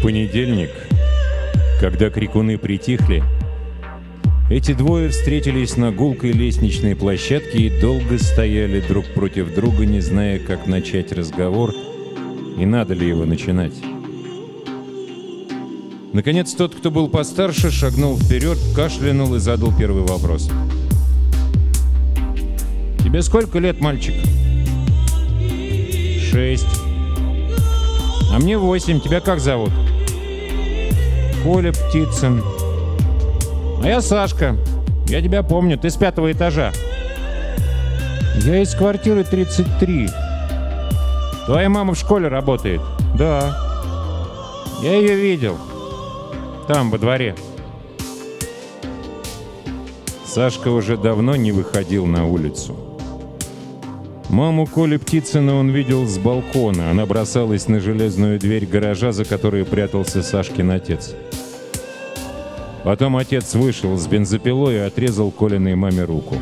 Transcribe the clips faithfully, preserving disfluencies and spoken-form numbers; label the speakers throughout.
Speaker 1: понедельник, когда крикуны притихли, эти двое встретились на гулкой лестничной площадке и долго стояли друг против друга, не зная, как начать разговор и надо ли его начинать. Наконец, тот, кто был постарше, шагнул вперед, кашлянул и задал первый вопрос. «Тебе сколько лет, мальчик?» «Шесть». «А мне восемь. Тебя как зовут?» «Коля Птицын». «А я Сашка. Я тебя помню. Ты с пятого этажа». «Я из квартиры тридцать три». «Твоя мама в школе работает?» «Да». «Я ее видел. Там, во дворе». Сашка уже давно не выходил на улицу. Маму Коли Птицына он видел с балкона. Она бросалась на железную дверь гаража, за которой прятался Сашкин отец. Потом отец вышел с бензопилой и отрезал Колиной маме руку.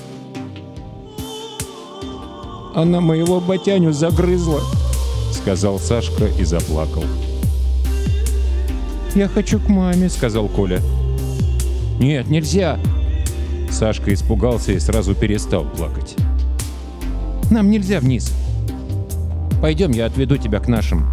Speaker 1: «Она моего батяню загрызла», — сказал Сашка и заплакал. «Я хочу к маме», — сказал Коля. «Нет, нельзя». Сашка испугался и сразу перестал плакать. «Нам нельзя вниз. Пойдем, я отведу тебя к нашим».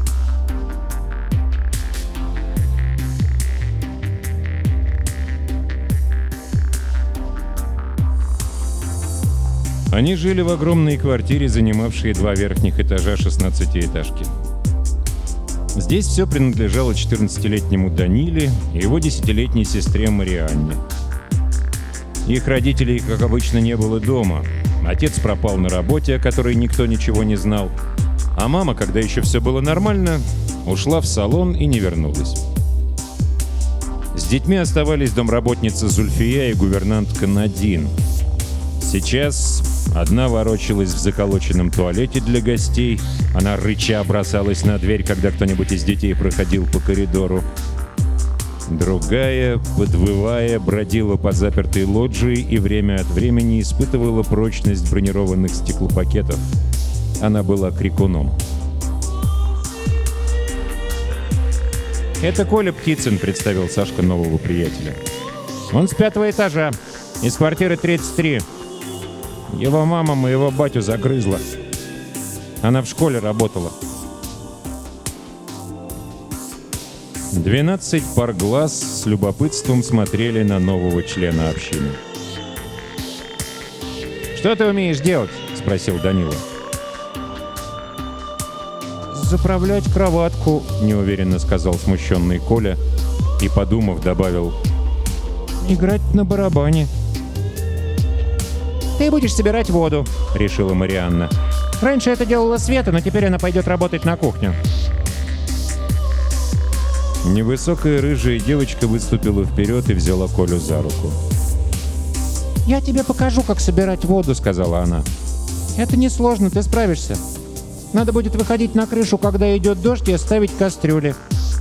Speaker 1: Они жили в огромной квартире, занимавшей два верхних этажа шестнадцатиэтажки. Здесь все принадлежало четырнадцатилетнему Даниле и его десятилетней сестре Марианне. Их родителей, как обычно, не было дома. Отец пропал на работе, о которой никто ничего не знал, а мама, когда еще все было нормально, ушла в салон и не вернулась. С детьми оставались домработница Зульфия и гувернантка Надин. Сейчас одна ворочалась в заколоченном туалете для гостей. Она рыча бросалась на дверь, когда кто-нибудь из детей проходил по коридору. Другая, подвывая, бродила по запертой лоджии и время от времени испытывала прочность бронированных стеклопакетов. Она была крикуном. «Это Коля Птицын», — представил Сашка нового приятеля. «Он с пятого этажа, из квартиры тридцать три. Его мама моего батю загрызла. Она в школе работала». Двенадцать пар глаз с любопытством смотрели на нового члена общины. «Что ты умеешь делать?» — спросил Данила. «Заправлять кроватку», — неуверенно сказал смущенный Коля и, подумав, добавил: «играть на барабане». «Ты будешь собирать воду», — решила Марианна. «Раньше это делала Света, но теперь она пойдет работать на кухню». Невысокая рыжая девочка выступила вперед и взяла Колю за руку. «Я тебе покажу, как собирать воду», — сказала она. «Это несложно, ты справишься. Надо будет выходить на крышу, когда идет дождь, и ставить кастрюли».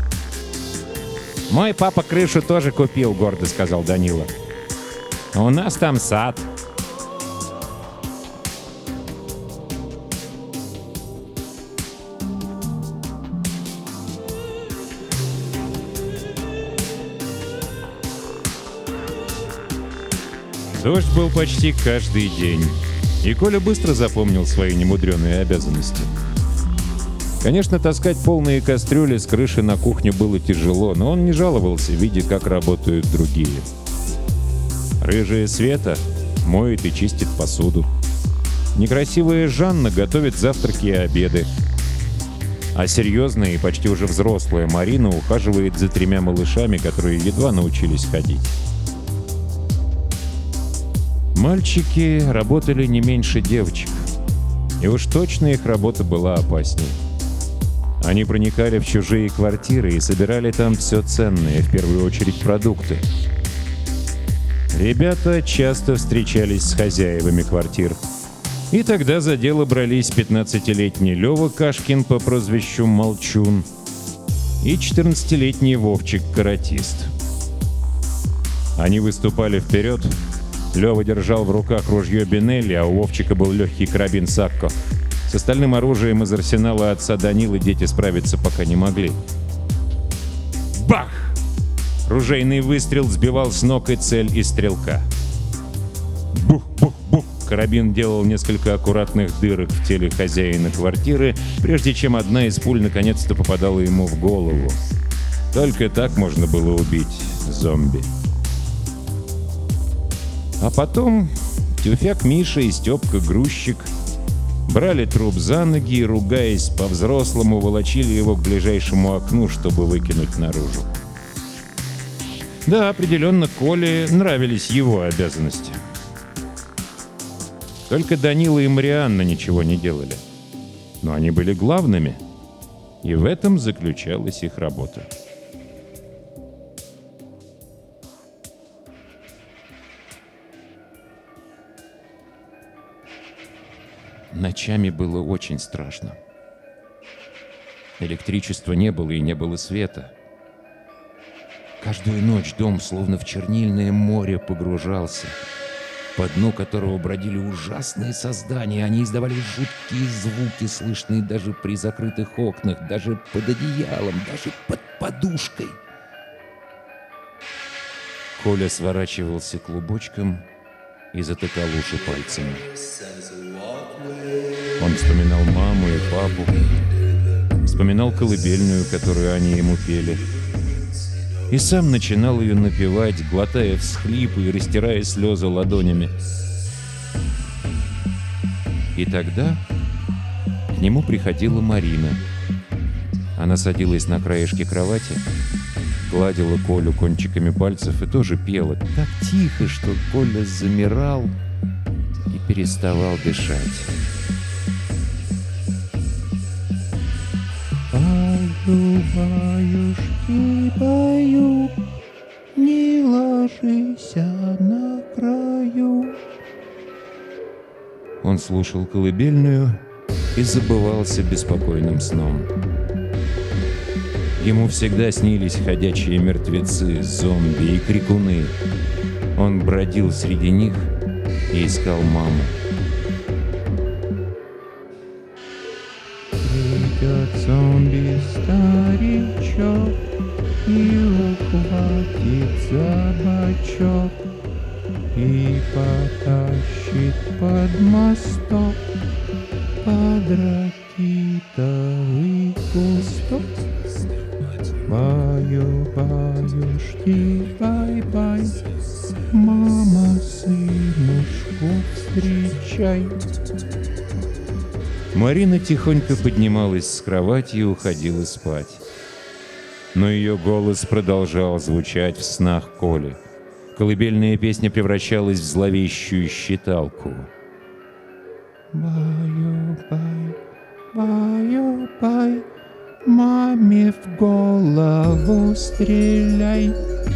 Speaker 1: «Мой папа крышу тоже купил», — гордо сказал Данила. «У нас там сад». Дождь был почти каждый день, и Коля быстро запомнил свои немудреные обязанности. Конечно, таскать полные кастрюли с крыши на кухню было тяжело, но он не жаловался, видя, как работают другие. Рыжая Света моет и чистит посуду. Некрасивая Жанна готовит завтраки и обеды. А серьезная и почти уже взрослая Марина ухаживает за тремя малышами, которые едва научились ходить. Мальчики работали не меньше девочек, и уж точно их работа была опаснее. Они проникали в чужие квартиры и собирали там все ценное, в первую очередь продукты. Ребята часто встречались с хозяевами квартир, и тогда за дело брались пятнадцатилетний Лёва Кашкин по прозвищу Молчун и четырнадцатилетний Вовчик-каратист. Они выступали вперед. Лёва держал в руках ружье Бинелли, а у Вовчика был легкий карабин Сакко. С остальным оружием из арсенала отца Данилы дети справиться пока не могли. Бах! Ружейный выстрел сбивал с ног и цель, и стрелка. Бух-бух-бух! Карабин делал несколько аккуратных дырок в теле хозяина квартиры, прежде чем одна из пуль наконец-то попадала ему в голову. Только так можно было убить зомби. А потом Тюфяк Миша и Степка-грузчик брали труп за ноги и, ругаясь по-взрослому, волочили его к ближайшему окну, чтобы выкинуть наружу. Да, определенно, Коле нравились его обязанности. Только Данила и Марианна ничего не делали. Но они были главными, и в этом заключалась их работа. Ночами было очень страшно. Электричества не было и не было света. Каждую ночь дом словно в чернильное море погружался, по дну которого бродили ужасные создания. Они издавали жуткие звуки, слышные даже при закрытых окнах, даже под одеялом, даже под подушкой. Коля сворачивался клубочком и затыкал уши пальцами. Он вспоминал маму и папу, вспоминал колыбельную, которую они ему пели, и сам начинал ее напевать, глотая всхлипы и растирая слезы ладонями. И тогда к нему приходила Марина. Она садилась на краешке кровати, гладила Колю кончиками пальцев и тоже пела так тихо, что Коля замирал и переставал дышать. Баю, баюшки, баю, не ложись на краю. Он слушал колыбельную и забывался беспокойным сном. Ему всегда снились ходячие мертвецы, зомби и крикуны. Он бродил среди них и искал маму. Придет зомби-старичок и ухватит за бочок и потащит под мосток под ракитовый кусток. Баю, баюшки, бай-бай, мама, сынушку, встречай. Марина тихонько поднималась с кровати и уходила спать. Но ее голос продолжал звучать в снах Коли. Колыбельная песня превращалась в зловещую считалку. Баю-бай, баю-бай, маме в голову стреляй.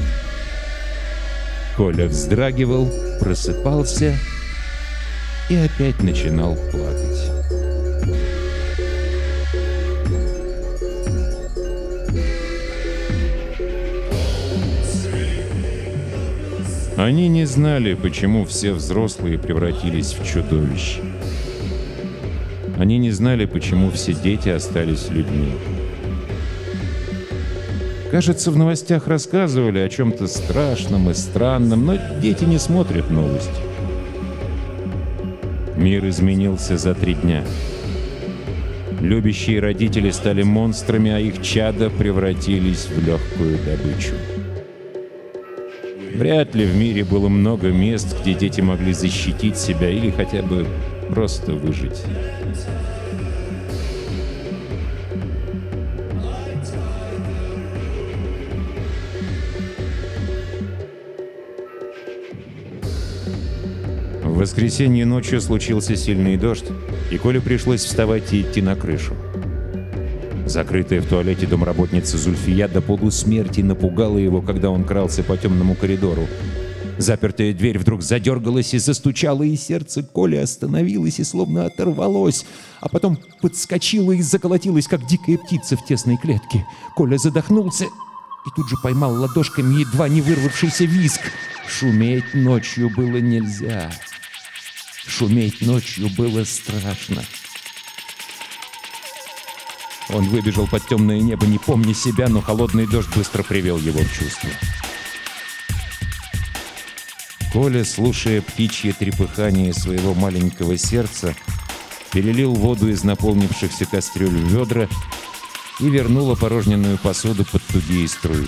Speaker 1: Коля вздрагивал, просыпался и опять начинал плакать. Они не знали, почему все взрослые превратились в чудовищ. Они не знали, почему все дети остались людьми. Кажется, в новостях рассказывали о чем-то страшном и странном, но дети не смотрят новости. Мир изменился за три дня. Любящие родители стали монстрами, а их чада превратились в легкую добычу. Вряд ли в мире было много мест, где дети могли защитить себя или хотя бы просто выжить. В воскресенье ночью случился сильный дождь, и Коле пришлось вставать и идти на крышу. Закрытая в туалете домработница Зульфия до полусмерти напугала его, когда он крался по темному коридору. Запертая дверь вдруг задергалась и застучала, и сердце Коли остановилось и словно оторвалось, а потом подскочило и заколотилось, как дикая птица в тесной клетке. Коля задохнулся и тут же поймал ладошками едва не вырвавшийся визг. Шуметь ночью было нельзя. Шуметь ночью было страшно. Он выбежал под темное небо, не помня себя, но холодный дождь быстро привел его в чувство. Коля, слушая птичье трепыхание своего маленького сердца, перелил воду из наполнившихся кастрюль в ведра и вернул опорожненную посуду под тугие струи.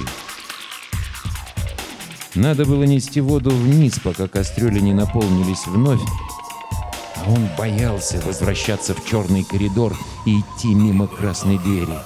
Speaker 1: Надо было нести воду вниз, пока кастрюли не наполнились вновь, а он боялся возвращаться в черный коридор и идти мимо красной двери.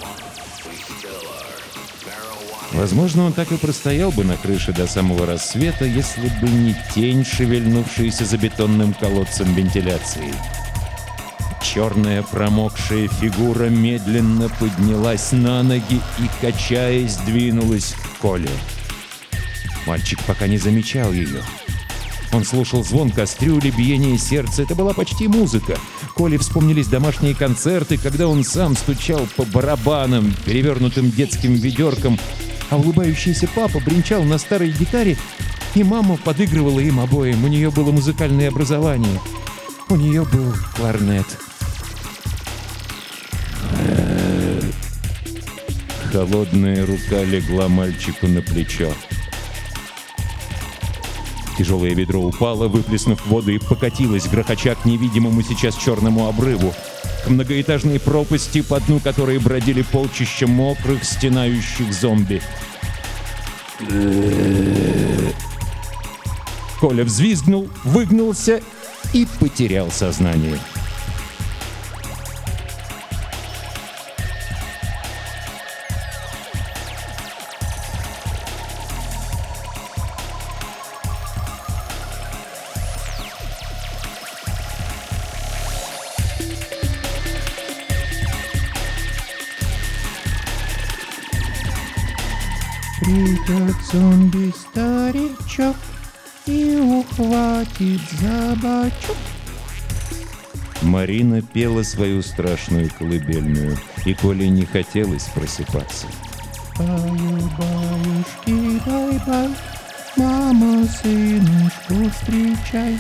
Speaker 1: Возможно, он так и простоял бы на крыше до самого рассвета, если бы не тень, шевельнувшаяся за бетонным колодцем вентиляции. Черная промокшая фигура медленно поднялась на ноги и, качаясь, двинулась к Коле. Мальчик пока не замечал ее. Он слушал звон кастрюли, биение сердца. Это была почти музыка. Коле вспомнились домашние концерты, когда он сам стучал по барабанам, перевернутым детским ведерком, а улыбающийся папа бренчал на старой гитаре, и мама подыгрывала им обоим. У нее было музыкальное образование. У нее был кларнет. Холодная рука легла мальчику на плечо. Тяжелое ведро упало, выплеснув воду, и покатилось, грохоча к невидимому сейчас черному обрыву, к многоэтажной пропасти, по дну которой бродили полчища мокрых, стенающих зомби. Коля взвизгнул, выгнулся и потерял сознание.
Speaker 2: Придет зомби-старичок и ухватит за бочок.
Speaker 1: Марина пела свою страшную колыбельную, и Коле не хотелось просыпаться.
Speaker 2: Баю-баюшки, бай-бай, мама, сынушку, встречай.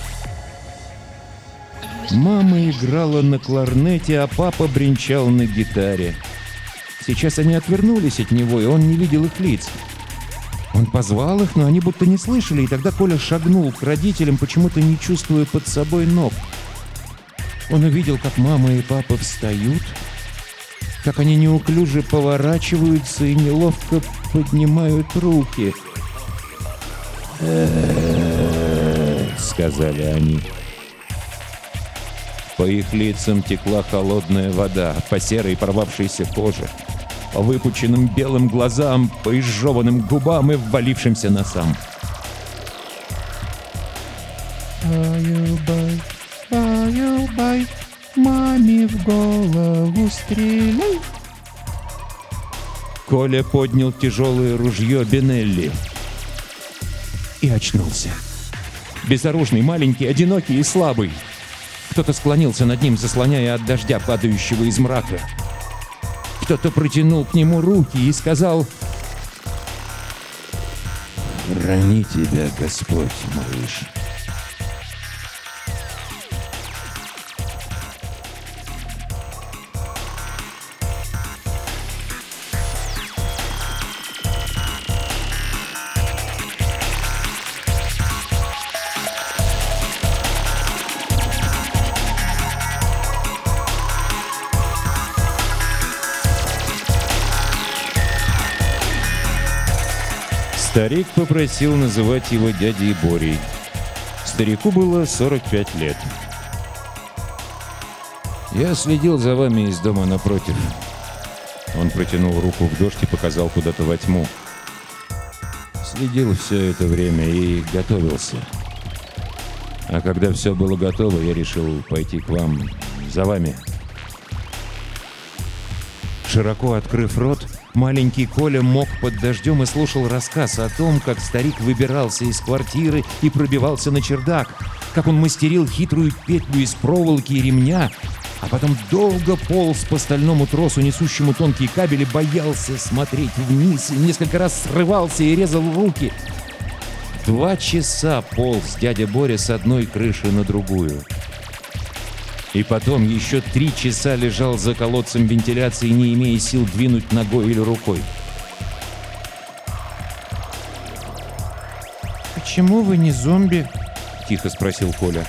Speaker 1: Мама играла на кларнете, а папа бренчал на гитаре. Сейчас они отвернулись от него, и он не видел их лиц. Он позвал их, но они будто не слышали, и тогда Коля шагнул к родителям, почему-то не чувствуя под собой ног. Он увидел, как мама и папа встают, как они неуклюже поворачиваются и неловко поднимают руки. «Э-э-э», сказали они. По их лицам текла холодная вода, по серой порвавшейся коже, по выпученным белым глазам, по изжеванным губам и ввалившимся носам.
Speaker 2: Баю-бай, баю-бай, маме в голову стреляй.
Speaker 1: Коля поднял тяжелое ружье Бенелли и очнулся. Безоружный, маленький, одинокий и слабый. Кто-то склонился над ним, заслоняя от дождя, падающего из мрака. Кто-то протянул к нему руки и сказал: «Храни тебя Господь, малыш». Старик попросил называть его дядей Борей. Старику было сорок пять лет. «Я следил за вами из дома напротив». Он протянул руку в дождь и показал куда-то во тьму. Следил все это время и готовился. А когда все было готово, я решил пойти к вам, за вами. Широко открыв рот, маленький Коля мок под дождем и слушал рассказ о том, как старик выбирался из квартиры и пробивался на чердак, как он мастерил хитрую петлю из проволоки и ремня, а потом долго полз по стальному тросу, несущему тонкие кабели, боялся смотреть вниз и несколько раз срывался и резал руки. Два часа полз дядя Боря с одной крыши на другую. И потом еще три часа лежал за колодцем вентиляции, не имея сил двинуть ногой или рукой.
Speaker 2: «Почему вы не зомби?» — тихо спросил Коля.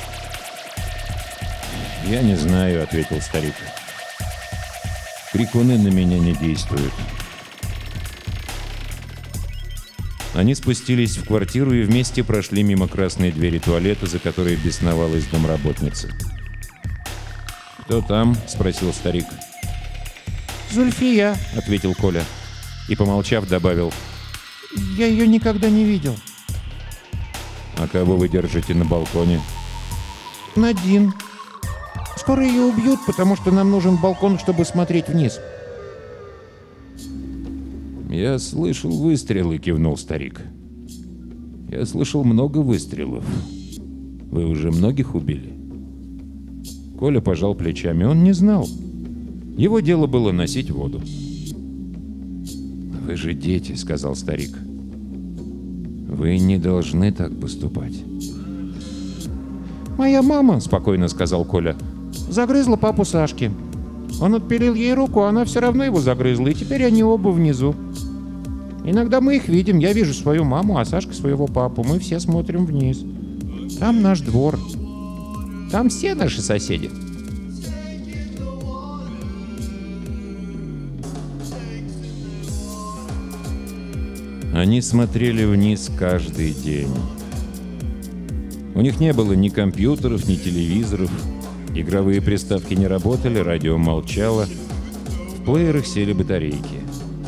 Speaker 1: «Я не знаю», — ответил старик. «Крикуны на меня не действуют». Они спустились в квартиру и вместе прошли мимо красной двери туалета, за которой бесновалась домработница. «Кто там?» — спросил старик.
Speaker 2: «Зульфия»,
Speaker 1: — ответил Коля. И, помолчав, добавил:
Speaker 2: «Я ее никогда не видел».
Speaker 1: «А кого вы держите на балконе?»
Speaker 2: «Надин. Скоро ее убьют, потому что нам нужен балкон, чтобы смотреть вниз».
Speaker 1: «Я слышал выстрелы», — кивнул старик. «Я слышал много выстрелов. Вы уже многих убили?» Коля пожал плечами. Он не знал. Его дело было носить воду. «Вы же дети», — сказал старик. «Вы не должны так поступать».
Speaker 2: «Моя мама», — спокойно сказал Коля, — «загрызла папу Сашки. Он отпилил ей руку, а она все равно его загрызла, и теперь они оба внизу. Иногда мы их видим. Я вижу свою маму, а Сашка своего папу. Мы все смотрим вниз. Там наш двор. Там все наши соседи».
Speaker 1: Они смотрели вниз каждый день. У них не было ни компьютеров, ни телевизоров. Игровые приставки не работали, радио молчало. В плеерах сели батарейки.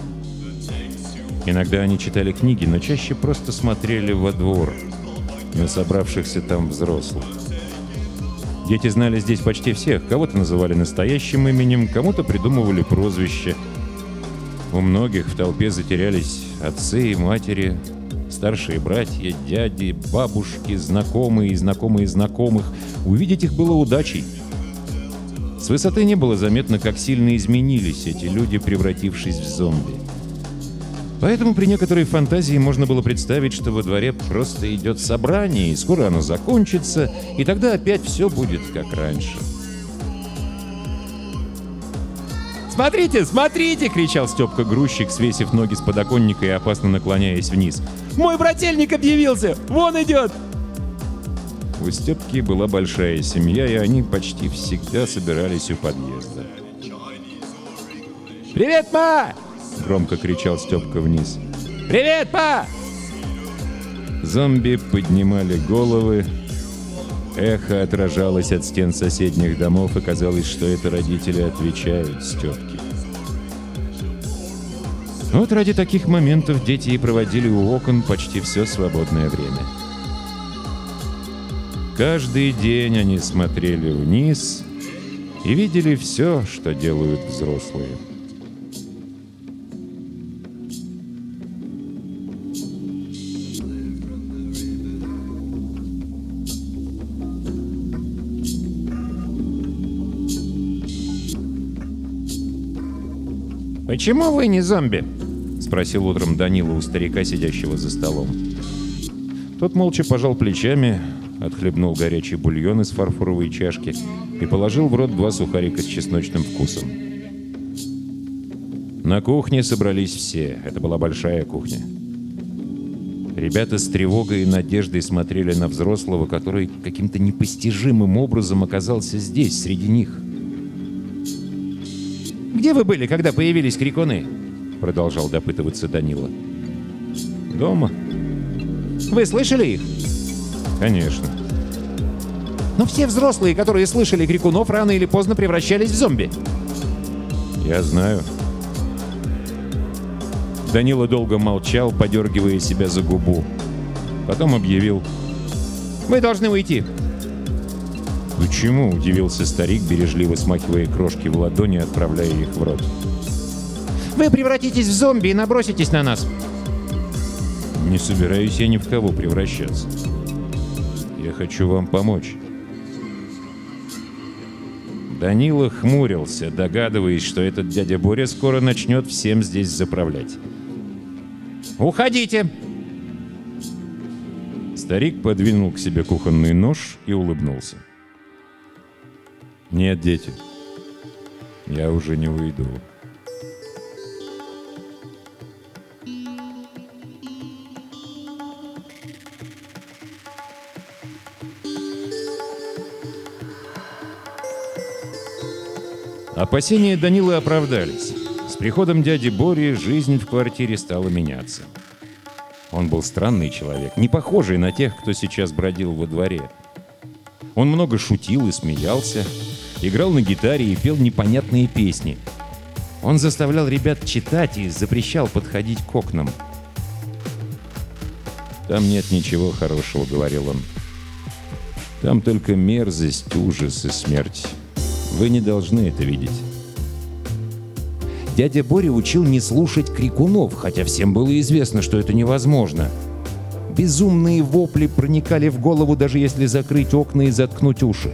Speaker 1: Иногда они читали книги, но чаще просто смотрели во двор, на собравшихся там взрослых. Дети знали здесь почти всех. Кого-то называли настоящим именем, кому-то придумывали прозвище. У многих в толпе затерялись отцы и матери, старшие братья, дяди, бабушки, знакомые и знакомые знакомых. Увидеть их было удачей. С высоты не было заметно, как сильно изменились эти люди, превратившись в зомби. Поэтому при некоторой фантазии можно было представить, что во дворе просто идет собрание, и скоро оно закончится, и тогда опять все будет как раньше. «Смотрите, смотрите!» — кричал Степка-грузчик, свесив ноги с подоконника и опасно наклоняясь вниз. «Мой брательник объявился! Вон идет!» У Степки была большая семья, и они почти всегда собирались у подъезда. «Привет, ма!» — громко кричал Степка вниз. «Привет, па!» Зомби поднимали головы. Эхо отражалось от стен соседних домов, и казалось, что это родители отвечают Степке. Вот ради таких моментов дети и проводили у окон почти все свободное время. Каждый день они смотрели вниз и видели все, что делают взрослые.
Speaker 2: «Почему вы не зомби?»
Speaker 1: — спросил утром Данила у старика, сидящего за столом. Тот молча пожал плечами, отхлебнул горячий бульон из фарфоровой чашки и положил в рот два сухарика с чесночным вкусом. На кухне собрались все. Это была большая кухня. Ребята с тревогой и надеждой смотрели на взрослого, который каким-то непостижимым образом оказался здесь, среди них.
Speaker 2: «Где вы были, когда появились крикуны?»
Speaker 1: — продолжал допытываться Данила. «Дома».
Speaker 2: «Вы слышали их?»
Speaker 1: «Конечно».
Speaker 2: «Но все взрослые, которые слышали крикунов, рано или поздно превращались в зомби».
Speaker 1: «Я знаю». Данила долго молчал, подергивая себя за губу. Потом объявил:
Speaker 2: «Вы должны уйти».
Speaker 1: «Почему?» — удивился старик, бережливо смахивая крошки в ладони и отправляя их в рот.
Speaker 2: «Вы превратитесь в зомби и наброситесь на нас».
Speaker 1: «Не собираюсь я ни в кого превращаться. Я хочу вам помочь». Данила хмурился, догадываясь, что этот дядя Боря скоро начнет всем здесь заправлять.
Speaker 2: «Уходите!»
Speaker 1: Старик подвинул к себе кухонный нож и улыбнулся. Нет, дети, я уже не уйду. Опасения Данилы оправдались. С приходом дяди Бори жизнь в квартире стала меняться. Он был странный человек, не похожий на тех, кто сейчас бродил во дворе. Он много шутил и смеялся, играл на гитаре и пел непонятные песни. Он заставлял ребят читать и запрещал подходить к окнам. «Там нет ничего хорошего», — говорил он. «Там только мерзость, ужас и смерть. Вы не должны это видеть». Дядя Боря учил не слушать крикунов, хотя всем было известно, что это невозможно. Безумные вопли проникали в голову, даже если закрыть окна и заткнуть уши.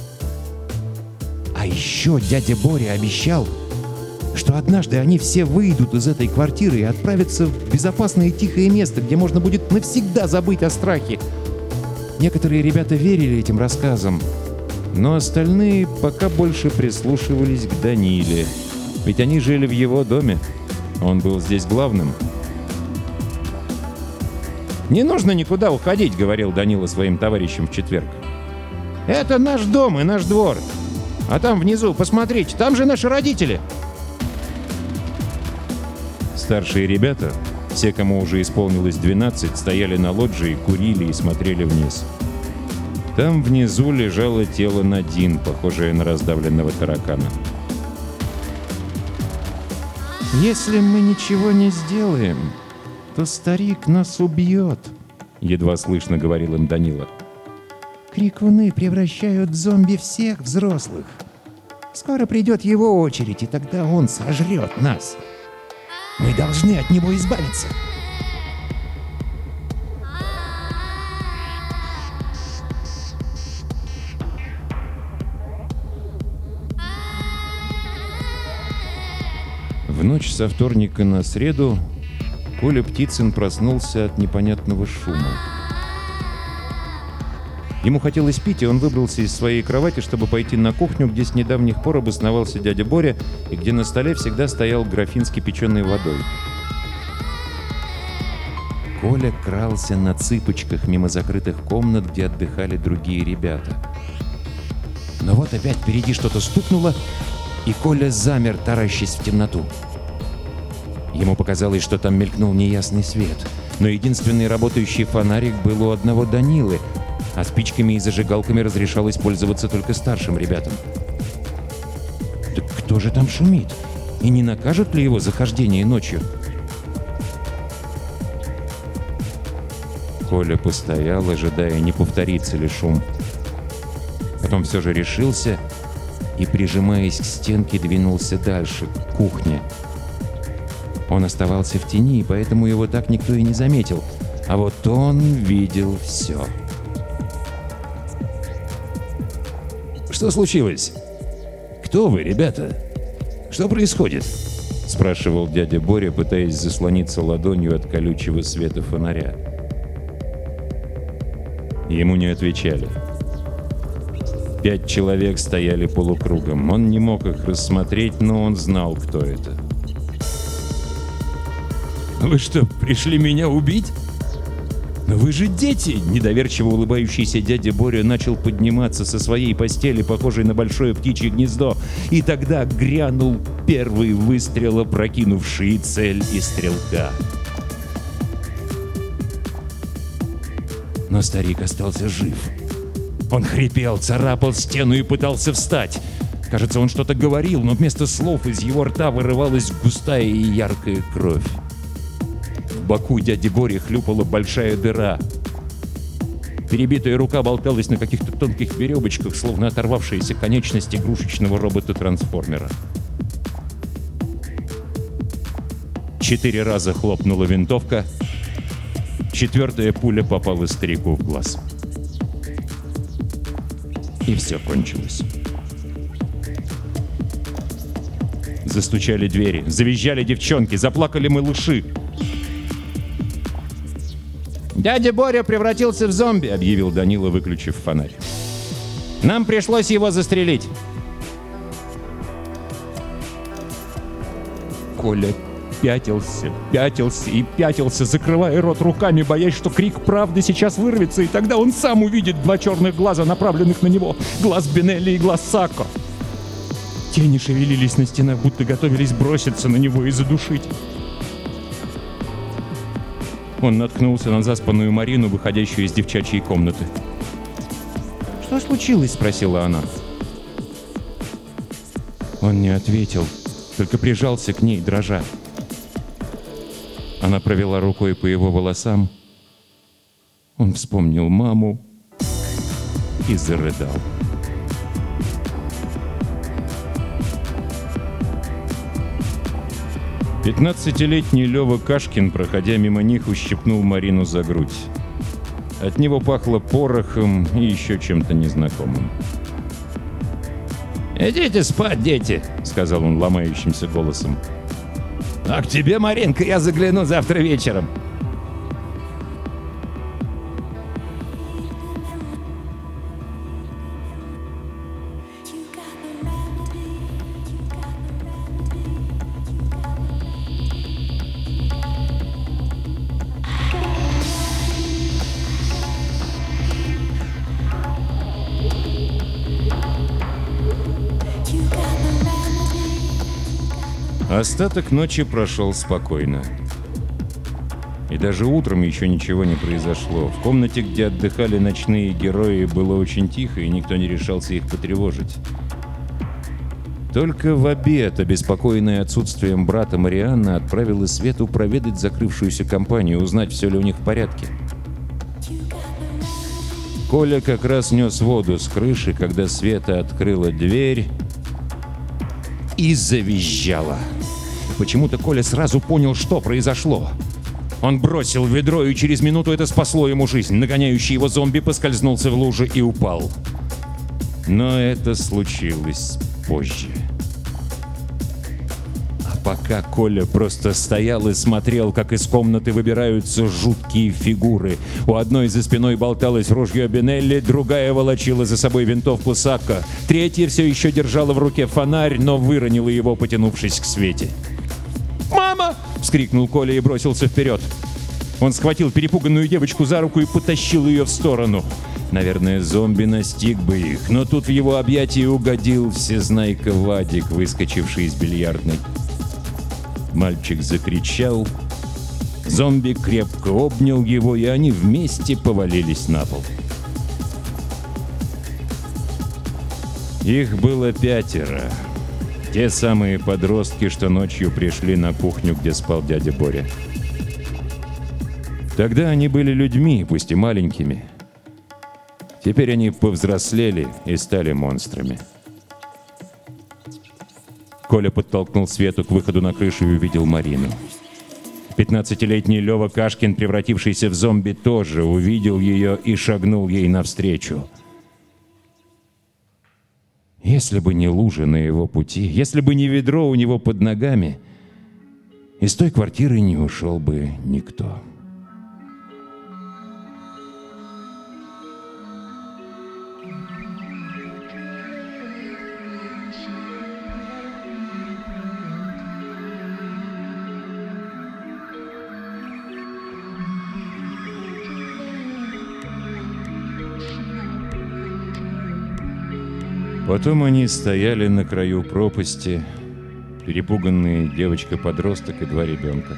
Speaker 1: А еще дядя Боря обещал, что однажды они все выйдут из этой квартиры и отправятся в безопасное и тихое место, где можно будет навсегда забыть о страхе. Некоторые ребята верили этим рассказам, но остальные пока больше прислушивались к Даниле. Ведь они жили в его доме. Он был здесь главным. «Не нужно никуда уходить», — говорил Данила своим товарищам в четверг. «Это наш дом и наш двор. А там внизу, посмотрите, там же наши родители». Старшие ребята, все, кому уже исполнилось двенадцать, стояли на лоджии, курили и смотрели вниз. Там внизу лежало тело Надин, похожее на раздавленного таракана. «Если мы ничего не сделаем, то старик нас убьет», — едва слышно говорил им Данила. «Крикуны превращают в зомби всех взрослых. Скоро придет его очередь, и тогда он сожрет нас. Мы должны от него избавиться». В ночь со вторника на среду Коля Птицын проснулся от непонятного шума. Ему хотелось пить, и он выбрался из своей кровати, чтобы пойти на кухню, где с недавних пор обосновался дядя Боря, и где на столе всегда стоял графин с кипяченой водой. Коля крался на цыпочках мимо закрытых комнат, где отдыхали другие ребята. Но вот опять впереди что-то стукнуло, и Коля замер, таращась в темноту. Ему показалось, что там мелькнул неясный свет, но единственный работающий фонарик был у одного Данилы, а спичками и зажигалками разрешалось пользоваться только старшим ребятам. Так кто же там шумит? И не накажут ли его за хождение ночью? Коля постоял, ожидая, не повторится ли шум. Потом все же решился и, прижимаясь к стенке, двинулся дальше, к кухне. Он оставался в тени, поэтому его так никто и не заметил. А вот он видел все. «Что случилось? Кто вы, ребята? Что происходит?» — спрашивал дядя Боря, пытаясь заслониться ладонью от колючего света фонаря. Ему не отвечали. Пять человек стояли полукругом. Он не мог их рассмотреть, но он знал, кто это. «Вы что, пришли меня убить? Но вы же дети!» Недоверчиво улыбающийся дядя Боря начал подниматься со своей постели, похожей на большое птичье гнездо, и тогда грянул первый выстрел, опрокинувший цель и стрелка. Но старик остался жив. Он хрипел, царапал стену и пытался встать. Кажется, он что-то говорил, но вместо слов из его рта вырывалась густая и яркая кровь. В боку дяди Бори хлюпала большая дыра. Перебитая рука болталась на каких-то тонких веревочках, словно оторвавшаяся конечность игрушечного робота-трансформера. Четыре раза хлопнула винтовка. Четвертая пуля попала старику в глаз. И все кончилось. Застучали двери, завизжали девчонки, заплакали малыши. «Дядя Боря превратился в зомби», — объявил Данила, выключив фонарь. «Нам пришлось его застрелить. Коля пятился, пятился и пятился, закрывая рот руками, боясь, что крик правды сейчас вырвется, и тогда он сам увидит два черных глаза, направленных на него, глаз Бенелли и глаз Сакко. Тени шевелились на стенах, будто готовились броситься на него и задушить. Он наткнулся на заспанную Марину, выходящую из девчачьей комнаты.
Speaker 2: «Что случилось?» — спросила она.
Speaker 1: Он не ответил, только прижался к ней, дрожа. Она провела рукой по его волосам. Он вспомнил маму и зарыдал. Пятнадцатилетний Лёва Кашкин, проходя мимо них, ущипнул Марину за грудь. От него пахло порохом и еще чем-то незнакомым. «Идите спать, дети», — сказал он ломающимся голосом. «А к тебе, Маринка, я загляну завтра вечером». Остаток ночи прошел спокойно. И даже утром еще ничего не произошло. В комнате, где отдыхали ночные герои, было очень тихо, и никто не решался их потревожить. Только в обед, обеспокоенная отсутствием брата, Марианна отправила Свету проведать закрывшуюся компанию, узнать, все ли у них в порядке. Коля как раз нес воду с крыши, когда Света открыла дверь и завизжала. Почему-то Коля сразу понял, что произошло. Он бросил ведро, и через минуту это спасло ему жизнь. Нагоняющий его зомби поскользнулся в луже и упал. Но это случилось позже. А пока Коля просто стоял и смотрел, как из комнаты выбираются жуткие фигуры. У одной за спиной болталось ружье Бенелли, другая волочила за собой винтовку Сакко, третья все еще держала в руке фонарь, но выронила его, потянувшись к Свете. «Мама!» — вскрикнул Коля и бросился вперед. Он схватил перепуганную девочку за руку и потащил ее в сторону. Наверное, зомби настиг бы их, но тут в его объятии угодил всезнайка Вадик, выскочивший из бильярдной. Мальчик закричал, зомби крепко обнял его, и они вместе повалились на пол. Их было пятеро. Те самые подростки, что ночью пришли на кухню, где спал дядя Боря. Тогда они были людьми, пусть и маленькими. Теперь они повзрослели и стали монстрами. Коля подтолкнул Свету к выходу на крышу и увидел Марину. Пятнадцатилетний Лёва Кашкин, превратившийся в зомби, тоже увидел ее и шагнул ей навстречу. Если бы не лужа на его пути, если бы не ведро у него под ногами, из той квартиры не ушел бы никто. Потом они стояли на краю пропасти, перепуганные девочка-подросток и два ребенка.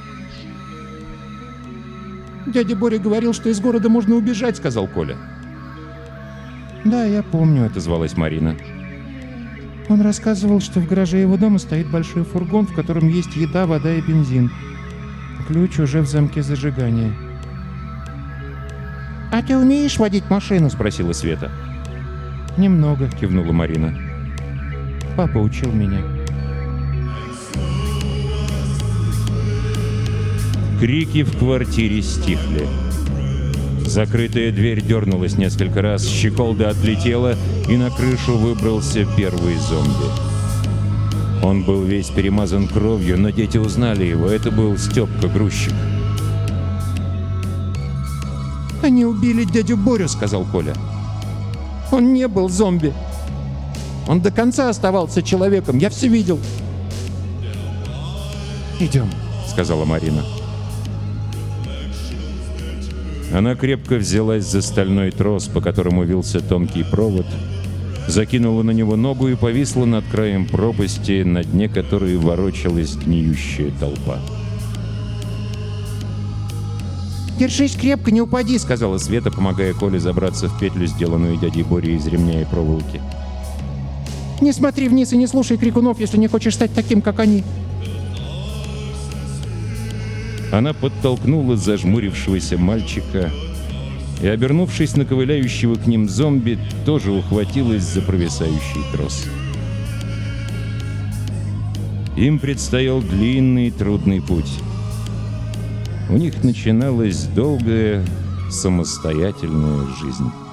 Speaker 2: «Дядя Боря говорил, что из города можно убежать», — сказал Коля. «Да, я помню», — отозвалась Марина. «Он рассказывал, что в гараже его дома стоит большой фургон, в котором есть еда, вода и бензин. Ключ уже в замке зажигания». «А ты умеешь водить машину?» — спросила Света. «Немного», — кивнула Марина. «Папа учил меня».
Speaker 1: Крики в квартире стихли. Закрытая дверь дернулась несколько раз, щеколда отлетела, и на крышу выбрался первый зомби. Он был весь перемазан кровью, но дети узнали его. Это был Степка-грузчик.
Speaker 2: «Они убили дядю Борю», — сказал Коля. «Он не был зомби. Он до конца оставался человеком, я все видел». «Идем», — сказала Марина.
Speaker 1: Она крепко взялась за стальной трос, по которому вился тонкий провод, закинула на него ногу и повисла над краем пропасти, на дне которой ворочалась гниющая толпа.
Speaker 2: «Держись крепко, не упади», — сказала Света, помогая Коле забраться в петлю, сделанную дядей Борей из ремня и проволоки. «Не смотри вниз и не слушай крикунов, если не хочешь стать таким, как они».
Speaker 1: Она подтолкнула зажмурившегося мальчика и, обернувшись на ковыляющего к ним зомби, тоже ухватилась за провисающий трос. Им предстоял длинный и трудный путь. У них начиналась долгая самостоятельная жизнь.